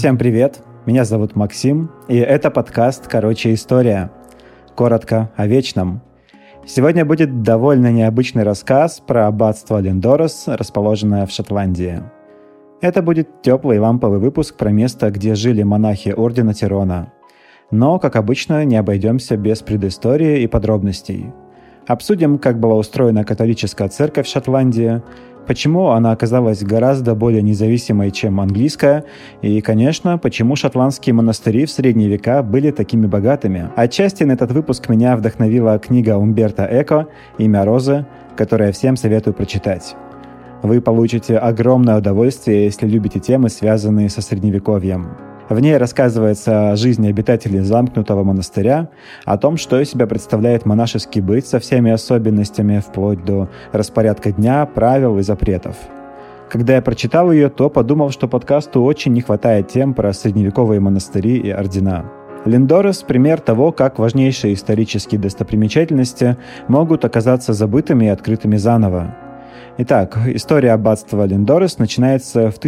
Всем привет, меня зовут Максим, и это подкаст «Короче, история». Коротко о вечном. Сегодня будет довольно необычный рассказ про аббатство Линдорес, расположенное в Шотландии. Это будет теплый ламповый выпуск про место, где жили монахи Ордена Тирона. Но, как обычно, не обойдемся без предыстории и подробностей. Обсудим, как была устроена католическая церковь в Шотландии, почему она оказалась гораздо более независимой, чем английская, и, конечно, почему шотландские монастыри в средние века были такими богатыми. Отчасти на этот выпуск меня вдохновила книга Умберто Эко «Имя Розы», которую я всем советую прочитать. Вы получите огромное удовольствие, если любите темы, связанные со Средневековьем. В ней рассказывается о жизни обитателей замкнутого монастыря, о том, что из себя представляет монашеский быт со всеми особенностями, вплоть до распорядка дня, правил и запретов. Когда я прочитал ее, то подумал, что подкасту очень не хватает тем про средневековые монастыри и ордена. Линдорес – пример того, как важнейшие исторические достопримечательности могут оказаться забытыми и открытыми заново. Итак, история аббатства Линдорес начинается в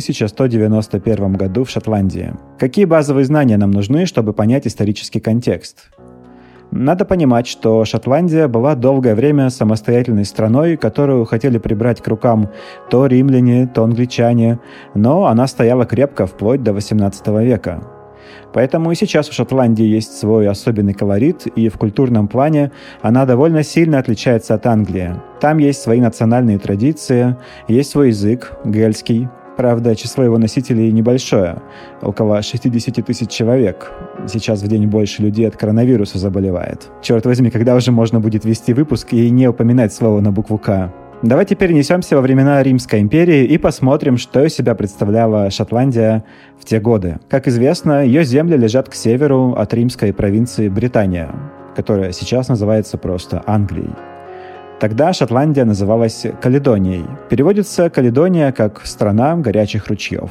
1191 году в Шотландии. Какие базовые знания нам нужны, чтобы понять исторический контекст? Надо понимать, что Шотландия была долгое время самостоятельной страной, которую хотели прибрать к рукам то римляне, то англичане, но она стояла крепко вплоть до XVIII века. Поэтому и сейчас у Шотландии есть свой особенный колорит, и в культурном плане она довольно сильно отличается от Англии. Там есть свои национальные традиции, есть свой язык, гельский. Правда, число его носителей небольшое, около 60 тысяч человек. Сейчас в день больше людей от коронавируса заболевает. Черт возьми, когда уже можно будет вести выпуск и не упоминать слово на букву «К». Давайте перенесемся во времена Римской империи и посмотрим, что из себя представляла Шотландия в те годы. Как известно, ее земли лежат к северу от римской провинции Британия, которая сейчас называется просто Англией. Тогда Шотландия называлась Каледонией. Переводится Каледония как «страна горячих ручьев».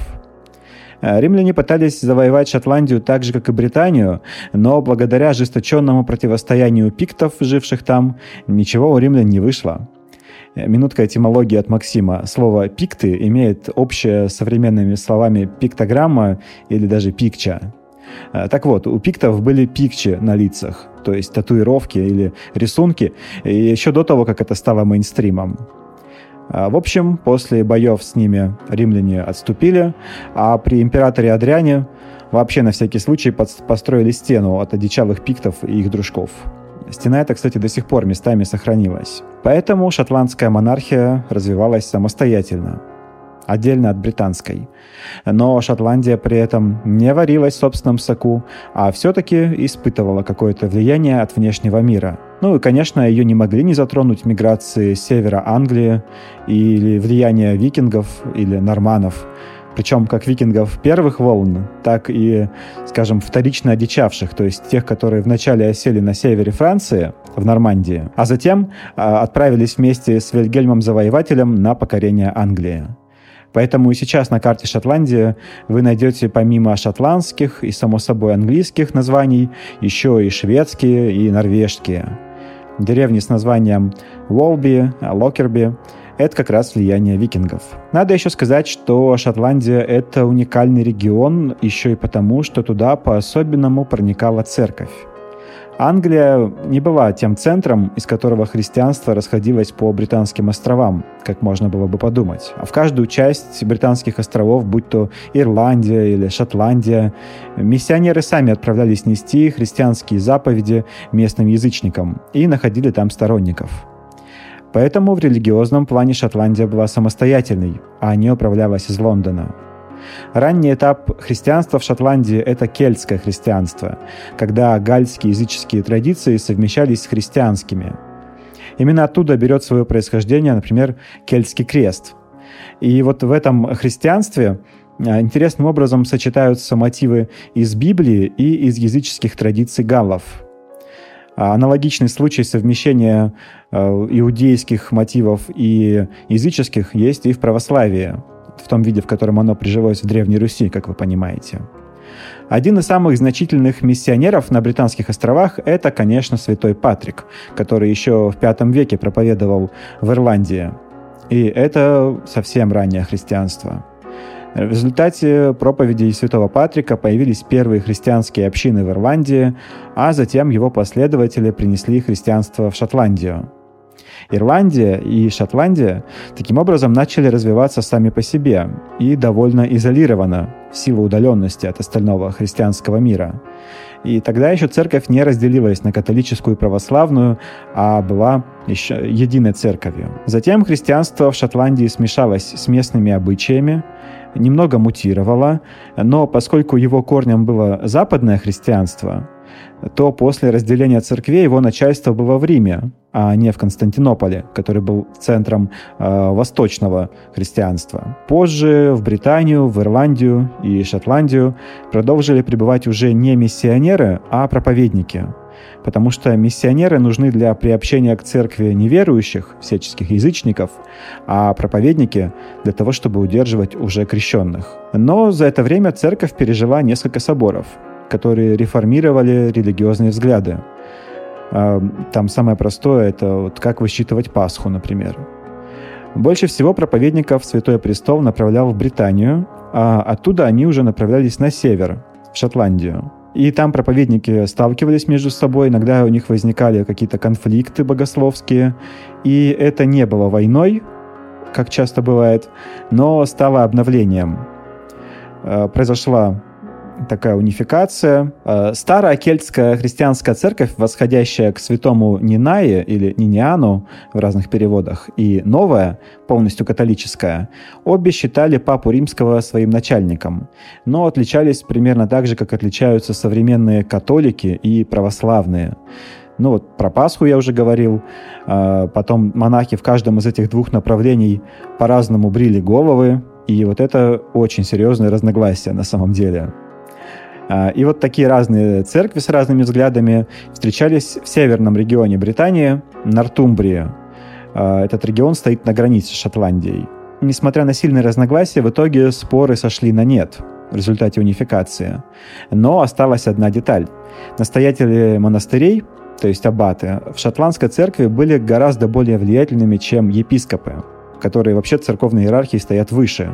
Римляне пытались завоевать Шотландию так же, как и Британию, но благодаря ожесточенному противостоянию пиктов, живших там, ничего у римлян не вышло. Минутка этимологии от Максима. Слово «пикты» имеет общее с современными словами «пиктограмма» или даже «пикча». Так вот, у пиктов были пикчи на лицах, то есть татуировки или рисунки, еще до того, как это стало мейнстримом. В общем, после боев с ними римляне отступили, а при императоре Адриане вообще на всякий случай построили стену от одичалых пиктов и их дружков. Стена эта, кстати, до сих пор местами сохранилась. Поэтому шотландская монархия развивалась самостоятельно, отдельно от британской. Но Шотландия при этом не варилась в собственном соку, а все-таки испытывала какое-то влияние от внешнего мира. Ну и, конечно, ее не могли не затронуть миграции с севера Англии или влияние викингов или норманнов. Причем как викингов первых волн, так и, скажем, вторично одичавших, то есть тех, которые вначале осели на севере Франции, в Нормандии, а затем отправились вместе с Вильгельмом Завоевателем на покорение Англии. Поэтому и сейчас на карте Шотландии вы найдете помимо шотландских и, само собой, английских названий, еще и шведские и норвежские. Деревни с названием Уолби, Локерби – это как раз влияние викингов. Надо еще сказать, что Шотландия – это уникальный регион еще и потому, что туда по-особенному проникала церковь. Англия не была тем центром, из которого христианство расходилось по британским островам, как можно было бы подумать. А в каждую часть британских островов, будь то Ирландия или Шотландия, миссионеры сами отправлялись нести христианские заповеди местным язычникам и находили там сторонников. Поэтому в религиозном плане Шотландия была самостоятельной, а не управлялась из Лондона. Ранний этап христианства в Шотландии – это кельтское христианство, когда гальские языческие традиции совмещались с христианскими. Именно оттуда берет свое происхождение, например, кельтский крест. И вот в этом христианстве интересным образом сочетаются мотивы из Библии и из языческих традиций галлов. Аналогичный случай совмещения иудейских мотивов и языческих есть и в православии, в том виде, в котором оно прижилось в Древней Руси, как вы понимаете. Один из самых значительных миссионеров на Британских островах – это, конечно, святой Патрик, который еще в V веке проповедовал в Ирландии. И это совсем раннее христианство. В результате проповедей святого Патрика появились первые христианские общины в Ирландии, а затем его последователи принесли христианство в Шотландию. Ирландия и Шотландия таким образом начали развиваться сами по себе и довольно изолированно в силу удаленности от остального христианского мира. И тогда еще церковь не разделилась на католическую и православную, а была еще единой церковью. Затем христианство в Шотландии смешалось с местными обычаями, немного мутировало, но поскольку его корнем было западное христианство, то после разделения церквей его начальство было в Риме, а не в Константинополе, который был центром восточного христианства. Позже в Британию, в Ирландию и Шотландию продолжили прибывать уже не миссионеры, а проповедники, потому что миссионеры нужны для приобщения к церкви неверующих, всяческих язычников, а проповедники для того, чтобы удерживать уже крещенных. Но за это время церковь пережила несколько соборов, которые реформировали религиозные взгляды. Там самое простое — это вот как высчитывать Пасху, например. Больше всего проповедников Святой Престол направлял в Британию, а оттуда они уже направлялись на север, в Шотландию. И там проповедники сталкивались между собой, иногда у них возникали какие-то конфликты богословские, и это не было войной, как часто бывает, но стало обновлением. Произошла такая унификация. Старая кельтская христианская церковь, восходящая к святому Нинае или Ниниану в разных переводах, и новая, полностью католическая, обе считали папу римского своим начальником, но отличались примерно так же, как отличаются современные католики и православные. Ну вот про Пасху я уже говорил. Потом монахи в каждом из этих двух направлений по-разному брили головы, и вот это очень серьезное разногласие на самом деле. И вот такие разные церкви с разными взглядами встречались в северном регионе Британии, Нортумбрии. Этот регион стоит на границе с Шотландией. Несмотря на сильные разногласия, в итоге споры сошли на нет в результате унификации. Но осталась одна деталь. Настоятели монастырей, то есть аббаты, в шотландской церкви были гораздо более влиятельными, чем епископы, которые вообще в церковной иерархии стоят выше.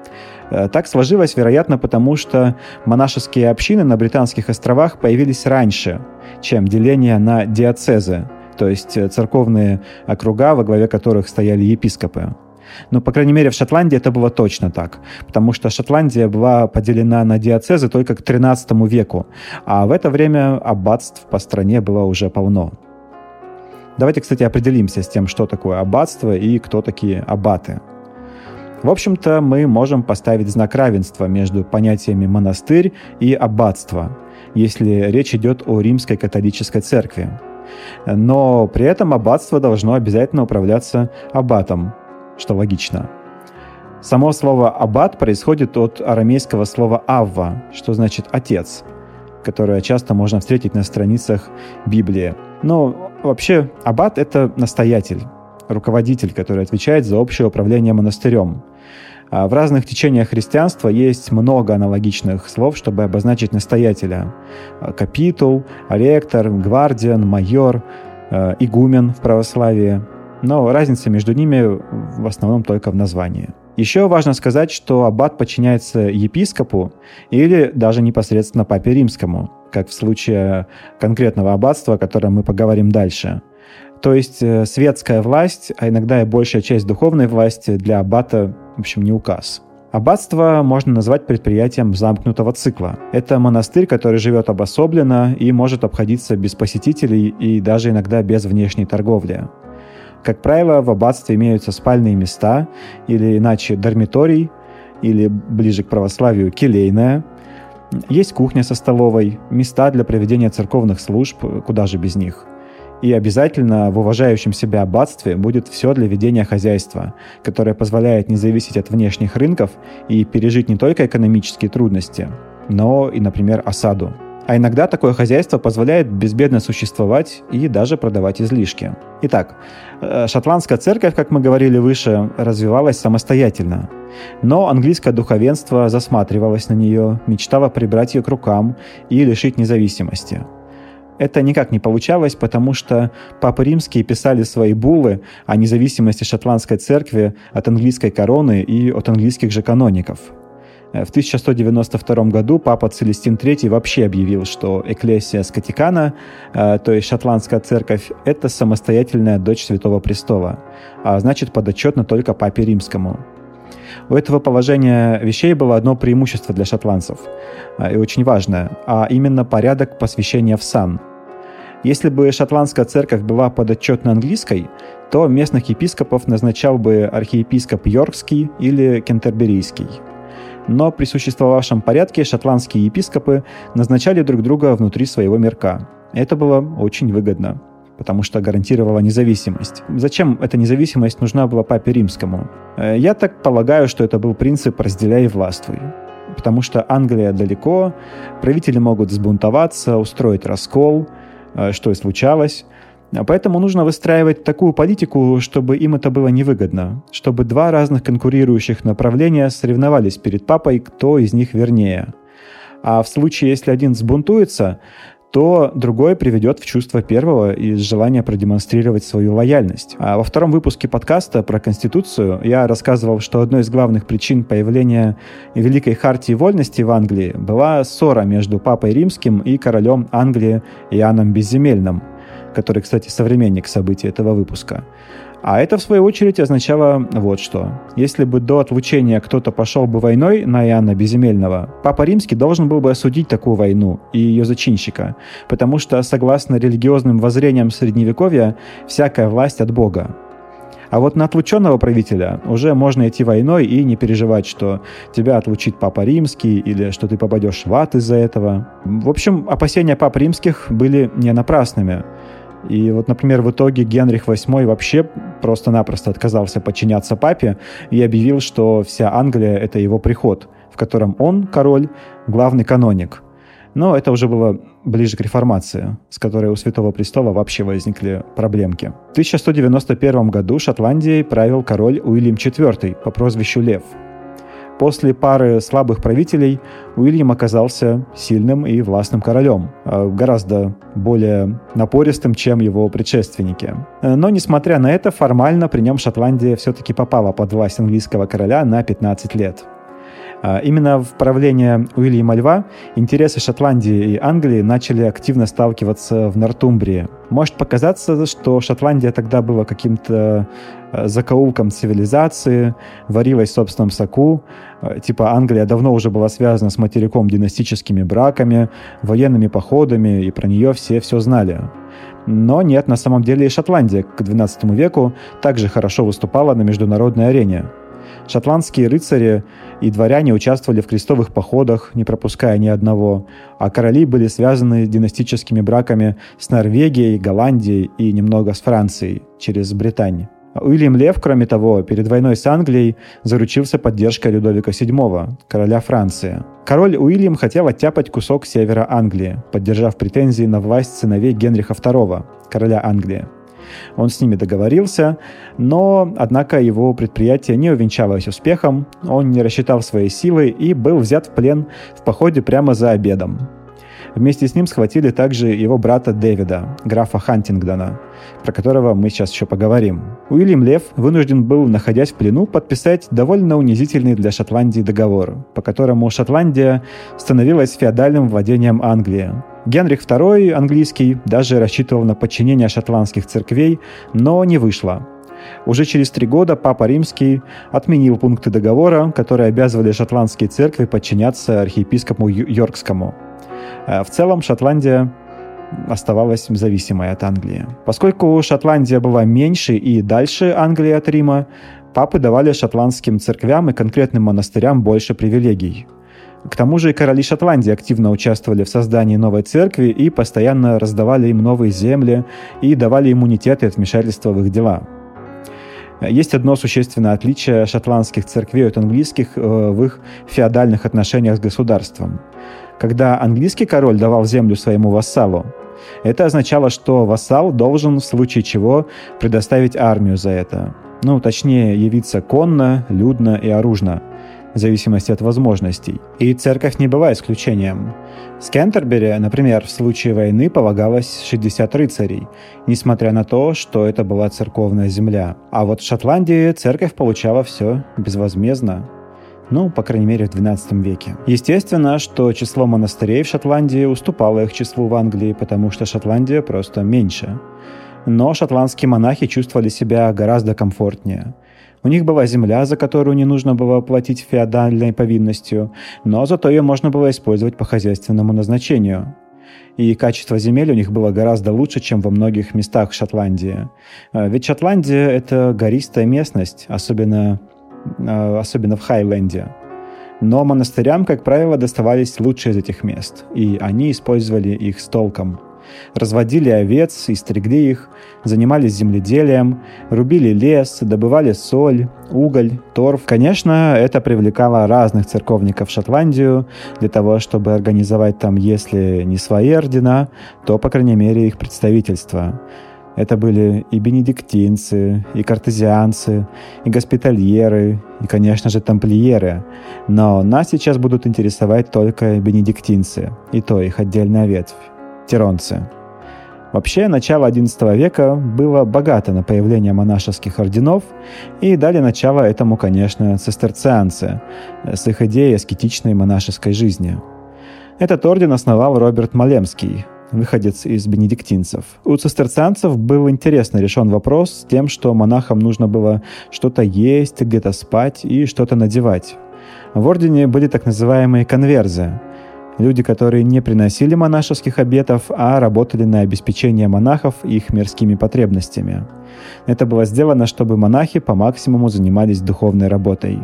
Так сложилось, вероятно, потому что монашеские общины на Британских островах появились раньше, чем деление на диоцезы, то есть церковные округа, во главе которых стояли епископы. Ну, по крайней мере, в Шотландии это было точно так, потому что Шотландия была поделена на диоцезы только к XIII веку, а в это время аббатств по стране было уже полно. Давайте, кстати, определимся с тем, что такое аббатство и кто такие аббаты. В общем-то, мы можем поставить знак равенства между понятиями «монастырь» и «аббатство», если речь идет о римской католической церкви. Но при этом аббатство должно обязательно управляться аббатом, что логично. Само слово «аббат» происходит от арамейского слова «авва», что значит «отец», которое часто можно встретить на страницах Библии. Но вообще аббат — это настоятель, руководитель, который отвечает за общее управление монастырем. В разных течениях христианства есть много аналогичных слов, чтобы обозначить настоятеля. Капитул, ректор, гвардиан, майор, игумен в православии. Но разница между ними в основном только в названии. Еще важно сказать, что аббат подчиняется епископу или даже непосредственно папе римскому, как в случае конкретного аббатства, о котором мы поговорим дальше. То есть светская власть, а иногда и большая часть духовной власти для аббата, в общем, не указ. Аббатство можно назвать предприятием замкнутого цикла. Это монастырь, который живет обособленно и может обходиться без посетителей и даже иногда без внешней торговли. Как правило, в аббатстве имеются спальные места, или иначе дармиторий, или ближе к православию келейная. Есть кухня со столовой, места для проведения церковных служб, куда же без них. И обязательно в уважающем себя аббатстве будет все для ведения хозяйства, которое позволяет не зависеть от внешних рынков и пережить не только экономические трудности, но и, например, осаду. А иногда такое хозяйство позволяет безбедно существовать и даже продавать излишки. Итак, шотландская церковь, как мы говорили выше, развивалась самостоятельно. Но английское духовенство засматривалось на нее, мечтало прибрать ее к рукам и лишить независимости. Это никак не получалось, потому что папы римские писали свои буллы о независимости шотландской церкви от английской короны и от английских же каноников. В 1192 году папа Целестин III вообще объявил, что Экклесия Скотикана, то есть шотландская церковь, это самостоятельная дочь Святого Престола, а значит подотчетна только папе Римскому. У этого положения вещей было одно преимущество для шотландцев, и очень важное, а именно порядок посвящения в сан. Если бы шотландская церковь была подотчетна английской, то местных епископов назначал бы архиепископ Йоркский или Кентерберийский. Но при существовавшем порядке шотландские епископы назначали друг друга внутри своего мирка. Это было очень выгодно, потому что гарантировало независимость. Зачем эта независимость нужна была папе Римскому? Я так полагаю, что это был принцип «разделяй и властвуй». Потому что Англия далеко, правители могут взбунтоваться, устроить раскол, что и случалось. Поэтому нужно выстраивать такую политику, чтобы им это было невыгодно, чтобы два разных конкурирующих направления соревновались перед папой, кто из них вернее. А в случае, если один взбунтуется, то другой приведет в чувство первого из желания продемонстрировать свою лояльность. А во втором выпуске подкаста про Конституцию я рассказывал, что одной из главных причин появления Великой Хартии Вольности в Англии была ссора между Папой Римским и королем Англии Иоанном Безземельным, который, кстати, современник событий этого выпуска. А это, в свою очередь, означало вот что. Если бы до отлучения кто-то пошел бы войной на Иоанна Безземельного, Папа Римский должен был бы осудить такую войну и ее зачинщика, потому что, согласно религиозным воззрениям Средневековья, всякая власть от Бога. А вот на отлученного правителя уже можно идти войной и не переживать, что тебя отлучит Папа Римский или что ты попадешь в ад из-за этого. В общем, опасения Пап Римских были не напрасными. И вот, например, в итоге Генрих VIII вообще просто-напросто отказался подчиняться папе и объявил, что вся Англия — это его приход, в котором он, король, главный каноник. Но это уже было ближе к реформации, с которой у Святого Престола вообще возникли проблемки. В 1191 году Шотландией правил король Уильям IV по прозвищу Лев. После пары слабых правителей Уильям оказался сильным и властным королем, гораздо более напористым, чем его предшественники. Но, несмотря на это, формально при нем Шотландия все-таки попала под власть английского короля на 15 лет. Именно в правлении Уильяма Льва интересы Шотландии и Англии начали активно сталкиваться в Нортумбрии. Может показаться, что Шотландия тогда была каким-то закоулком цивилизации, варилась в собственном соку. Типа Англия давно уже была связана с материком династическими браками, военными походами, и про нее все знали. Но нет, на самом деле и Шотландия к XII веку также хорошо выступала на международной арене. Шотландские рыцари и дворяне участвовали в крестовых походах, не пропуская ни одного, а короли были связаны династическими браками с Норвегией, Голландией и немного с Францией через Британию. Уильям Лев, кроме того, перед войной с Англией заручился поддержкой Людовика VII, короля Франции. Король Уильям хотел оттяпать кусок севера Англии, поддержав претензии на власть сыновей Генриха II, короля Англии. Он с ними договорился, но, однако, его предприятие не увенчалось успехом, он не рассчитал свои силы и был взят в плен в походе прямо за обедом. Вместе с ним схватили также его брата Дэвида, графа Хантингдона, про которого мы сейчас еще поговорим. Уильям Лев вынужден был, находясь в плену, подписать довольно унизительный для Шотландии договор, по которому Шотландия становилась феодальным владением Англии. Генрих II, английский, даже рассчитывал на подчинение шотландских церквей, но не вышло. Уже через 3 года Папа Римский отменил пункты договора, которые обязывали шотландские церкви подчиняться архиепископу Йоркскому. В целом Шотландия оставалась зависимой от Англии. Поскольку Шотландия была меньше и дальше Англии от Рима, папы давали шотландским церквям и конкретным монастырям больше привилегий. К тому же и короли Шотландии активно участвовали в создании новой церкви и постоянно раздавали им новые земли и давали иммунитет от вмешательства в их дела. Есть одно существенное отличие шотландских церквей от английских в их феодальных отношениях с государством. Когда английский король давал землю своему вассалу, это означало, что вассал должен в случае чего предоставить армию за это. Точнее, явиться конно, людно и оружно, в зависимости от возможностей. И церковь не была исключением. С Кентербери, например, в случае войны полагалось 60 рыцарей, несмотря на то, что это была церковная земля. А вот в Шотландии церковь получала все безвозмездно. по крайней мере, в XII веке. Естественно, что число монастырей в Шотландии уступало их числу в Англии, потому что Шотландия просто меньше. Но шотландские монахи чувствовали себя гораздо комфортнее. У них была земля, за которую не нужно было платить феодальной повинностью, но зато ее можно было использовать по хозяйственному назначению. И качество земель у них было гораздо лучше, чем во многих местах в Шотландии. Ведь Шотландия – это гористая местность, особенно в Хайленде. Но монастырям, как правило, доставались лучшие из этих мест, и они использовали их с толком. Разводили овец и стригли их, занимались земледелием, рубили лес, добывали соль, уголь, торф. Конечно, это привлекало разных церковников в Шотландию для того, чтобы организовать там, если не свои ордена, то, по крайней мере, их представительство. Это были и бенедиктинцы, и картезианцы, и госпитальеры, и, конечно же, тамплиеры. Но нас сейчас будут интересовать только бенедиктинцы, и то их отдельная ветвь. Тиронцы. Вообще, начало XI века было богато на появление монашеских орденов, и дали начало этому, конечно, цистерцианцы с их идеей аскетичной монашеской жизни. Этот орден основал Роберт Малемский, выходец из бенедиктинцев. У цистерцианцев был интересно решен вопрос с тем, что монахам нужно было что-то есть, где-то спать и что-то надевать. В ордене были так называемые конверзы, люди, которые не приносили монашеских обетов, а работали на обеспечение монахов их мирскими потребностями. Это было сделано, чтобы монахи по максимуму занимались духовной работой.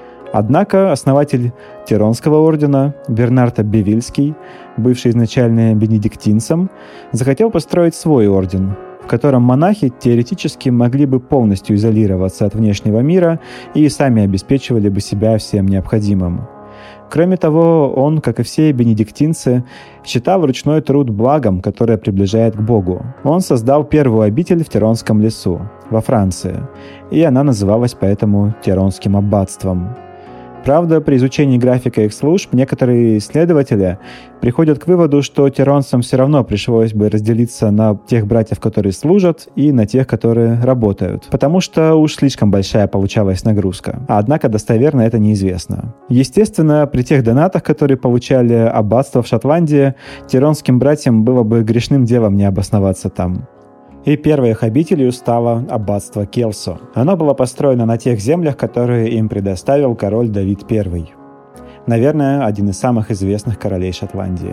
Однако основатель Тиронского ордена Бернард Бевильский, бывший изначально бенедиктинцем, захотел построить свой орден, в котором монахи теоретически могли бы полностью изолироваться от внешнего мира и сами обеспечивали бы себя всем необходимым. Кроме того, он, как и все бенедиктинцы, считал ручной труд благом, которое приближает к Богу. Он создал первую обитель в Тиронском лесу, во Франции, и она называлась поэтому Тиронским аббатством. Правда, при изучении графика их служб некоторые исследователи приходят к выводу, что тиронцам все равно пришлось бы разделиться на тех братьев, которые служат, и на тех, которые работают, потому что уж слишком большая получалась нагрузка. Однако достоверно это неизвестно. Естественно, при тех донатах, которые получали аббатство в Шотландии, тиронским братьям было бы грешным делом не обосноваться там. И первой их обителью стало аббатство Келсо. Оно было построено на тех землях, которые им предоставил король Давид I. Наверное, один из самых известных королей Шотландии.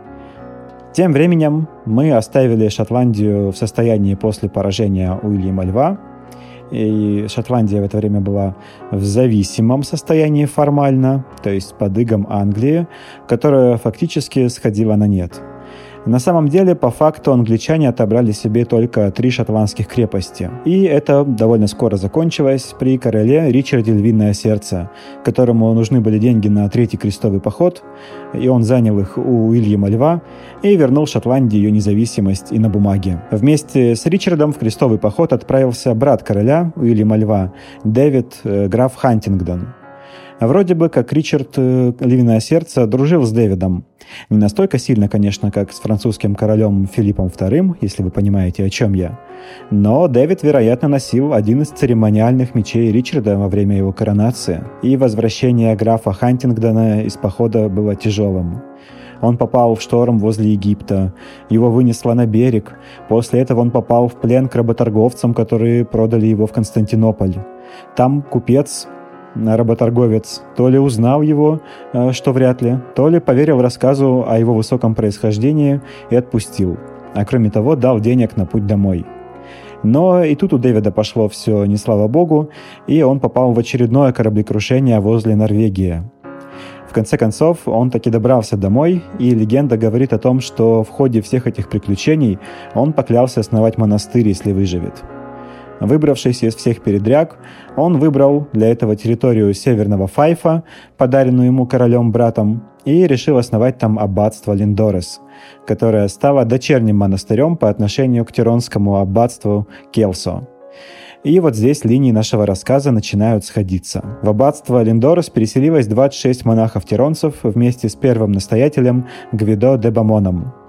Тем временем мы оставили Шотландию в состоянии после поражения Уильяма Льва, и Шотландия в это время была в зависимом состоянии формально, то есть под игом Англии, которая фактически сходила на нет. На самом деле, по факту, англичане отобрали себе только 3 шотландских крепости. И это довольно скоро закончилось при короле Ричарде Львиное Сердце, которому нужны были деньги на 3-й крестовый поход, и он занял их у Уильяма Льва и вернул Шотландии ее независимость и на бумаге. Вместе с Ричардом в крестовый поход отправился брат короля Уильяма Льва, Дэвид, граф Хантингдон. Вроде бы как Ричард Львиное Сердце дружил с Дэвидом. Не настолько сильно, конечно, как с французским королем Филиппом II, если вы понимаете, о чем я. Но Дэвид, вероятно, носил один из церемониальных мечей Ричарда во время его коронации, и возвращение графа Хантингдона из похода было тяжелым. Он попал в шторм возле Египта, его вынесло на берег. После этого он попал в плен к работорговцам, которые продали его в Константинополь. Там купец, работорговец, то ли узнал его, что вряд ли, то ли поверил рассказу о его высоком происхождении и отпустил. А кроме того, дал денег на путь домой. Но и тут у Дэвида пошло все не слава богу, и он попал в очередное кораблекрушение возле Норвегии. В конце концов, он таки добрался домой, и легенда говорит о том, что в ходе всех этих приключений он поклялся основать монастырь, если выживет. Выбравшись из всех передряг, он выбрал для этого территорию Северного Файфа, подаренную ему королем-братом, и решил основать там аббатство Линдорес, которое стало дочерним монастырем по отношению к тиронскому аббатству Келсо. И вот здесь линии нашего рассказа начинают сходиться. В аббатство Линдорес переселилось 26 монахов-тиронцев вместе с первым настоятелем Гвидо де Бамоном.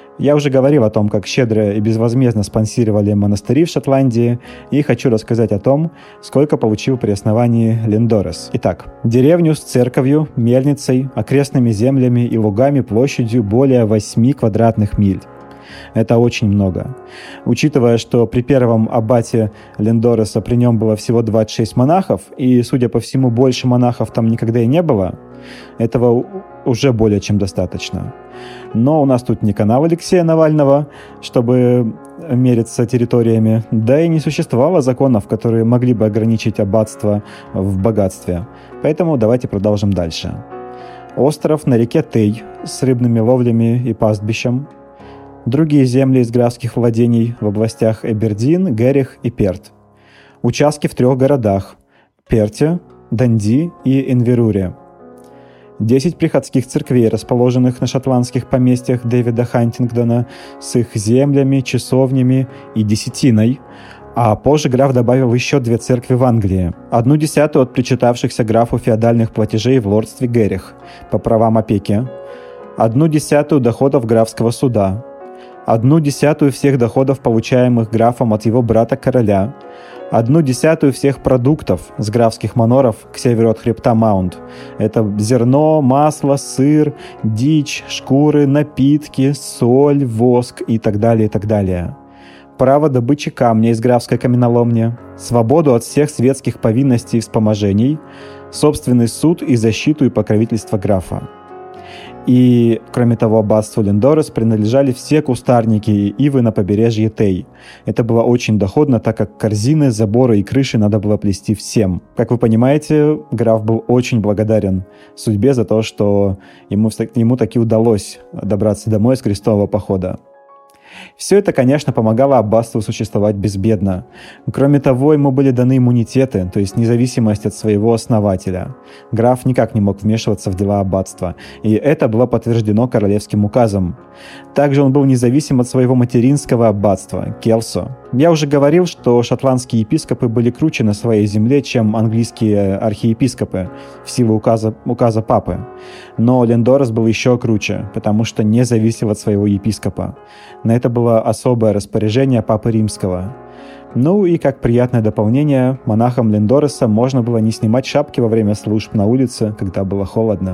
Я уже говорил о том, как щедро и безвозмездно спонсировали монастыри в Шотландии, и хочу рассказать о том, сколько получил при основании Линдорес. Итак, деревню с церковью, мельницей, окрестными землями и лугами площадью более 8 квадратных миль. Это очень много. Учитывая, что при первом аббате Линдореса при нем было всего 26 монахов, и, судя по всему, больше монахов там никогда и не было, этого уже более чем достаточно. Но у нас тут не канал Алексея Навального, чтобы мериться территориями, да и не существовало законов, которые могли бы ограничить аббатство в богатстве. Поэтому давайте продолжим дальше. Остров на реке Тей с рыбными ловлями и пастбищем. Другие земли из графских владений в областях Эбердин, Геррих и Перт. Участки в 3 городах – Перте, Данди и Инверуре. 10 приходских церквей, расположенных на шотландских поместьях Дэвида Хантингдона с их землями, часовнями и десятиной, а позже граф добавил еще 2 церкви в Англии. 1/10 от причитавшихся графу феодальных платежей в лордстве Геррих по правам опеки, 1/10 доходов графского суда, 1/10 всех доходов, получаемых графом от его брата-короля, 1/10 всех продуктов с графских маноров к северу от хребта Маунт. Это зерно, масло, сыр, дичь, шкуры, напитки, соль, воск и так далее, и так далее. Право добычи камня из графской каменоломни, свободу от всех светских повинностей и вспоможений, собственный суд и защиту и покровительство графа. И, кроме того, аббатству Линдорес принадлежали все кустарники и ивы на побережье Тей. Это было очень доходно, так как корзины, заборы и крыши надо было плести всем. Как вы понимаете, граф был очень благодарен судьбе за то, что ему таки удалось добраться домой с крестового похода. Все это, конечно, помогало аббатству существовать безбедно. Кроме того, ему были даны иммунитеты, то есть независимость от своего основателя. Граф никак не мог вмешиваться в дела аббатства, и это было подтверждено королевским указом. Также он был независим от своего материнского аббатства, Келсо. Я уже говорил, что шотландские епископы были круче на своей земле, чем английские архиепископы, в силу указа папы. Но Линдорес был еще круче, потому что не зависел от своего епископа. На это было особое распоряжение Папы Римского. Ну и как приятное дополнение, монахам Линдореса можно было не снимать шапки во время служб на улице, когда было холодно.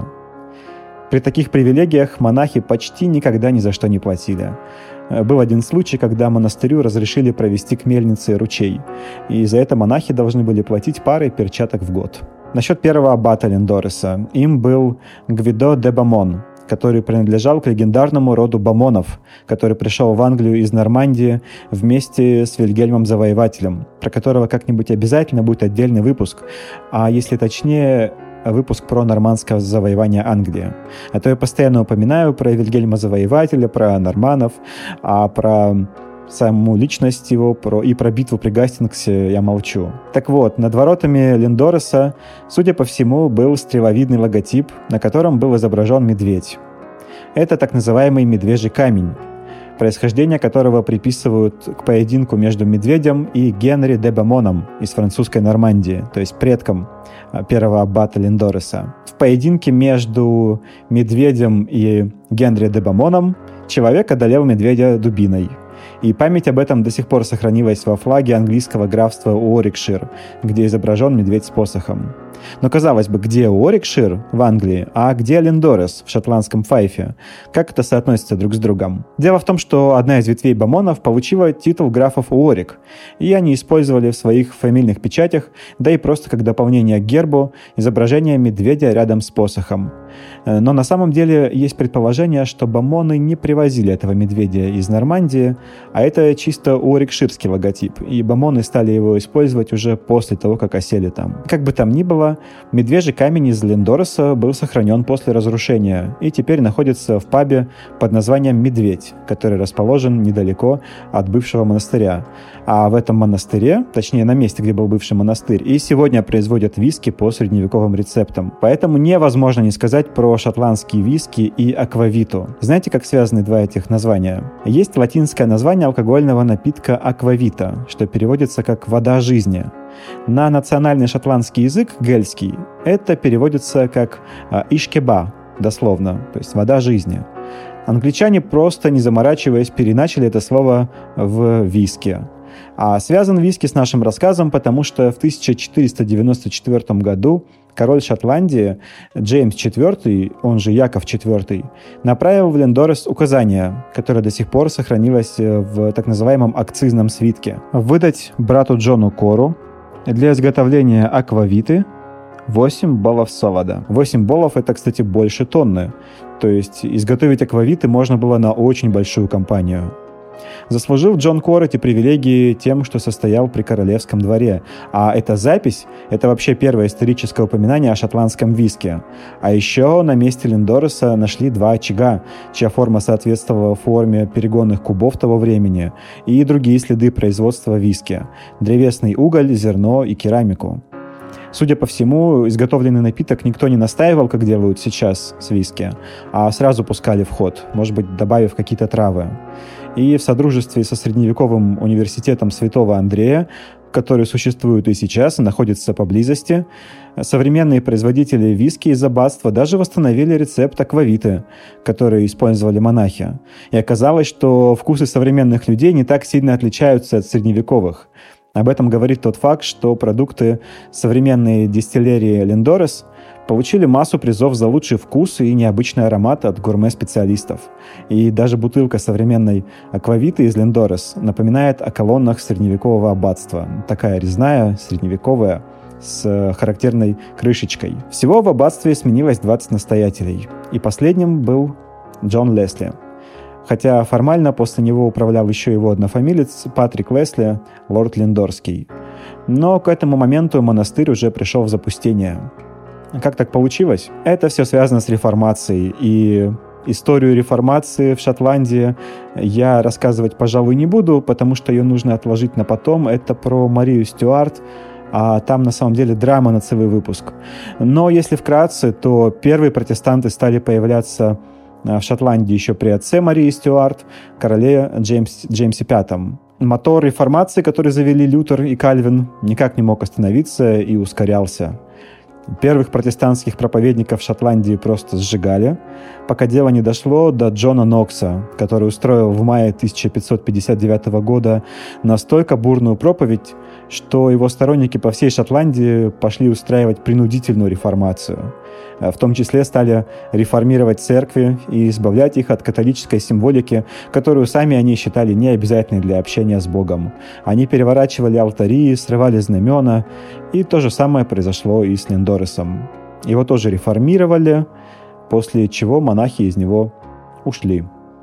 При таких привилегиях монахи почти никогда ни за что не платили. Был один случай, когда монастырю разрешили провести к мельнице ручей, и за это монахи должны были платить парой перчаток в год. Насчет первого аббата Линдореса. Им был Гвидо де Бамон, который принадлежал к легендарному роду Бамонов, который пришел в Англию из Нормандии вместе с Вильгельмом Завоевателем, про которого как-нибудь обязательно будет отдельный выпуск, а если точнее, выпуск про нормандское завоевание Англии. А то я постоянно упоминаю про Вильгельма Завоевателя, про норманнов, а про саму личность его и про битву при Гастингсе я молчу. Так вот, над воротами Линдореса, судя по всему, был стреловидный логотип, на котором был изображен медведь. Это так называемый медвежий камень, происхождение которого приписывают к поединку между медведем и Генри де Бамоном из французской Нормандии, то есть предком первого аббата Линдореса. В поединке между медведем и Генри де Бамоном человек одолел медведя дубиной. И память об этом до сих пор сохранилась во флаге английского графства Уорикшир, где изображен медведь с посохом. Но, казалось бы, где Уорикшир в Англии, а где Линдорес в шотландском Файфе? Как это соотносится друг с другом? Дело в том, что одна из ветвей Бамонов получила титул графов Уорик, и они использовали в своих фамильных печатях, да и просто как дополнение к гербу, изображение медведя рядом с посохом. Но на самом деле есть предположение, что Бамоны не привозили этого медведя из Нормандии, а это чисто уорикширский логотип, и Бамоны стали его использовать уже после того, как осели там. Как бы там ни было, медвежий камень из Линдореса был сохранен после разрушения и теперь находится в пабе под названием «Медведь», который расположен недалеко от бывшего монастыря. А в этом монастыре, точнее на месте, где был бывший монастырь, и сегодня производят виски по средневековым рецептам. Поэтому невозможно не сказать про шотландские виски и аквавиту. Знаете, как связаны два этих названия? Есть латинское название алкогольного напитка аквавита, что переводится как «вода жизни». На национальный шотландский язык, гельский, это переводится как «ишкеба», дословно, то есть «вода жизни». Англичане просто, не заморачиваясь, переначали это слово в виски. А связан виски с нашим рассказом, потому что в 1494 году король Шотландии Джеймс IV, он же Яков IV, направил в Лендорес указание, которое до сих пор сохранилось в так называемом акцизном свитке. Выдать брату Джону Кору для изготовления аквавиты 8 болов солода. 8 болов — это, кстати, больше тонны. То есть изготовить аквавиты можно было на очень большую компанию. Заслужил Джон Кор эти привилегии тем, что состоял при королевском дворе. А эта запись — это вообще первое историческое упоминание о шотландском виске. А еще на месте Лендореса нашли 2 очага, чья форма соответствовала форме перегонных кубов того времени, и другие следы производства виски — древесный уголь, зерно и керамику. Судя по всему, изготовленный напиток никто не настаивал, как делают сейчас с виски, а сразу пускали в ход, может быть, добавив какие-то травы. И в содружестве со средневековым университетом Святого Андрея, который существует и сейчас, и находится поблизости, современные производители виски из аббатства даже восстановили рецепт аквавиты, который использовали монахи. И оказалось, что вкусы современных людей не так сильно отличаются от средневековых. Об этом говорит тот факт, что продукты современной дистиллерии Лендорес получили массу призов за лучший вкус и необычный аромат от гурме-специалистов. И даже бутылка современной аквавиты из Лендорес напоминает о колоннах средневекового аббатства. Такая резная, средневековая, с характерной крышечкой. Всего в аббатстве сменилось 20 настоятелей. И последним был Джон Лесли. Хотя формально после него управлял еще его однофамилец Патрик Лесли, лорд Лендорский. Но к этому моменту монастырь уже пришел в запустение. Как так получилось? Это все связано с реформацией, и историю реформации в Шотландии я рассказывать, пожалуй, не буду, потому что ее нужно отложить на потом. Это про Марию Стюарт, а там на самом деле драма на целый выпуск. Но если вкратце, то первые протестанты стали появляться в Шотландии еще при отце Марии Стюарт, короле Джеймсе V. Мотор реформации, который завели Лютер и Кальвин, никак не мог остановиться и ускорялся. Первых протестантских проповедников Шотландии просто сжигали, пока дело не дошло до Джона Нокса, который устроил в мае 1559 года настолько бурную проповедь, что его сторонники по всей Шотландии пошли устраивать принудительную реформацию. В том числе стали реформировать церкви и избавлять их от католической символики, которую сами они считали необязательной для общения с Богом. Они переворачивали алтари, срывали знамена, и то же самое произошло и с Лендоресом. Его тоже реформировали, после чего монахи из него ушли.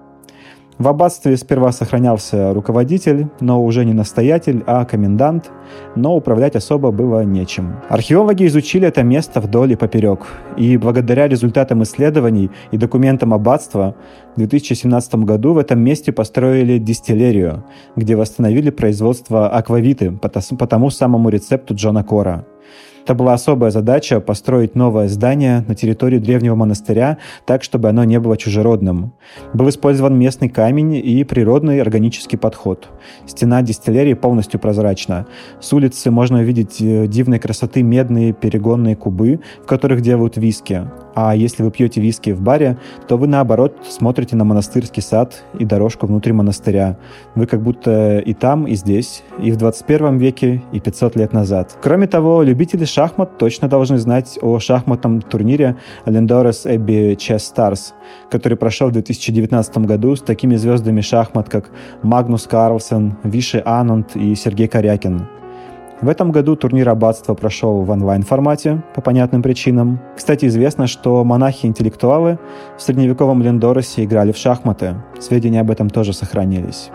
В аббатстве сперва сохранялся руководитель, но уже не настоятель, а комендант, но управлять особо было нечем. Археологи изучили это место вдоль и поперек, и благодаря результатам исследований и документам аббатства в 2017 году в этом месте построили дистиллерию, где восстановили производство аквавиты по тому самому рецепту Джона Кора. Это была особая задача — построить новое здание на территории древнего монастыря так, чтобы оно не было чужеродным. Был использован местный камень и природный органический подход. Стена дистиллерии полностью прозрачна. С улицы можно увидеть дивной красоты медные перегонные кубы, в которых делают виски. А если вы пьете виски в баре, то вы, наоборот, смотрите на монастырский сад и дорожку внутри монастыря. Вы как будто и там, и здесь, и в 21 веке, и 500 лет назад. Кроме того, любители шахмат точно должны знать о шахматном турнире Lendores Abbey Chess Stars, который прошел в 2019 году с такими звездами шахмат, как Магнус Карлсен, Виши Анунд и Сергей Корякин. В этом году турнир аббатства прошел в онлайн-формате, по понятным причинам. Кстати, известно, что монахи-интеллектуалы в средневековом Лендоресе играли в шахматы. Сведения об этом тоже сохранились.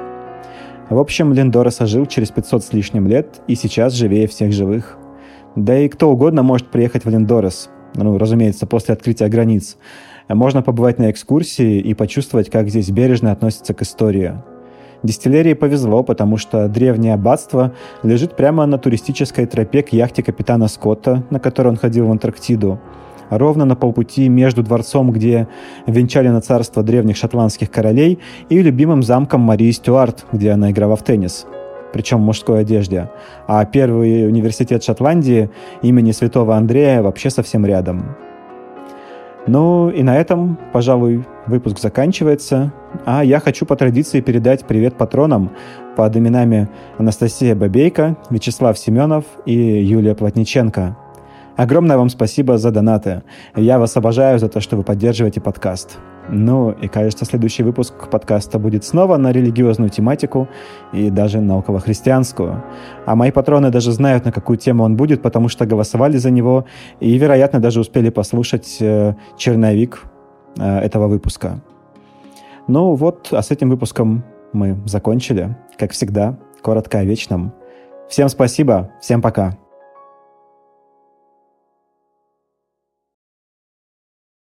В общем, Лендорес ожил через 500 с лишним лет и сейчас живее всех живых. Да и кто угодно может приехать в Лендорес, разумеется, после открытия границ. Можно побывать на экскурсии и почувствовать, как здесь бережно относятся к истории. Дистиллерии повезло, потому что древнее аббатство лежит прямо на туристической тропе к яхте капитана Скотта, на которой он ходил в Антарктиду, ровно на полпути между дворцом, где венчали на царство древних шотландских королей, и любимым замком Марии Стюарт, где она играла в теннис, причем в мужской одежде. А первый университет Шотландии имени Святого Андрея вообще совсем рядом. Ну и на этом, пожалуй, выпуск заканчивается, а я хочу по традиции передать привет патронам под именами Анастасия Бабейко, Вячеслав Семенов и Юлия Плотниченко. Огромное вам спасибо за донаты. Я вас обожаю за то, что вы поддерживаете подкаст. Ну, и, кажется, следующий выпуск подкаста будет снова на религиозную тематику и даже на околохристианскую. А мои патроны даже знают, на какую тему он будет, потому что голосовали за него и, вероятно, даже успели послушать черновик этого выпуска. Ну вот, а с этим выпуском мы закончили. Как всегда, коротко о вечном. Всем спасибо, всем пока.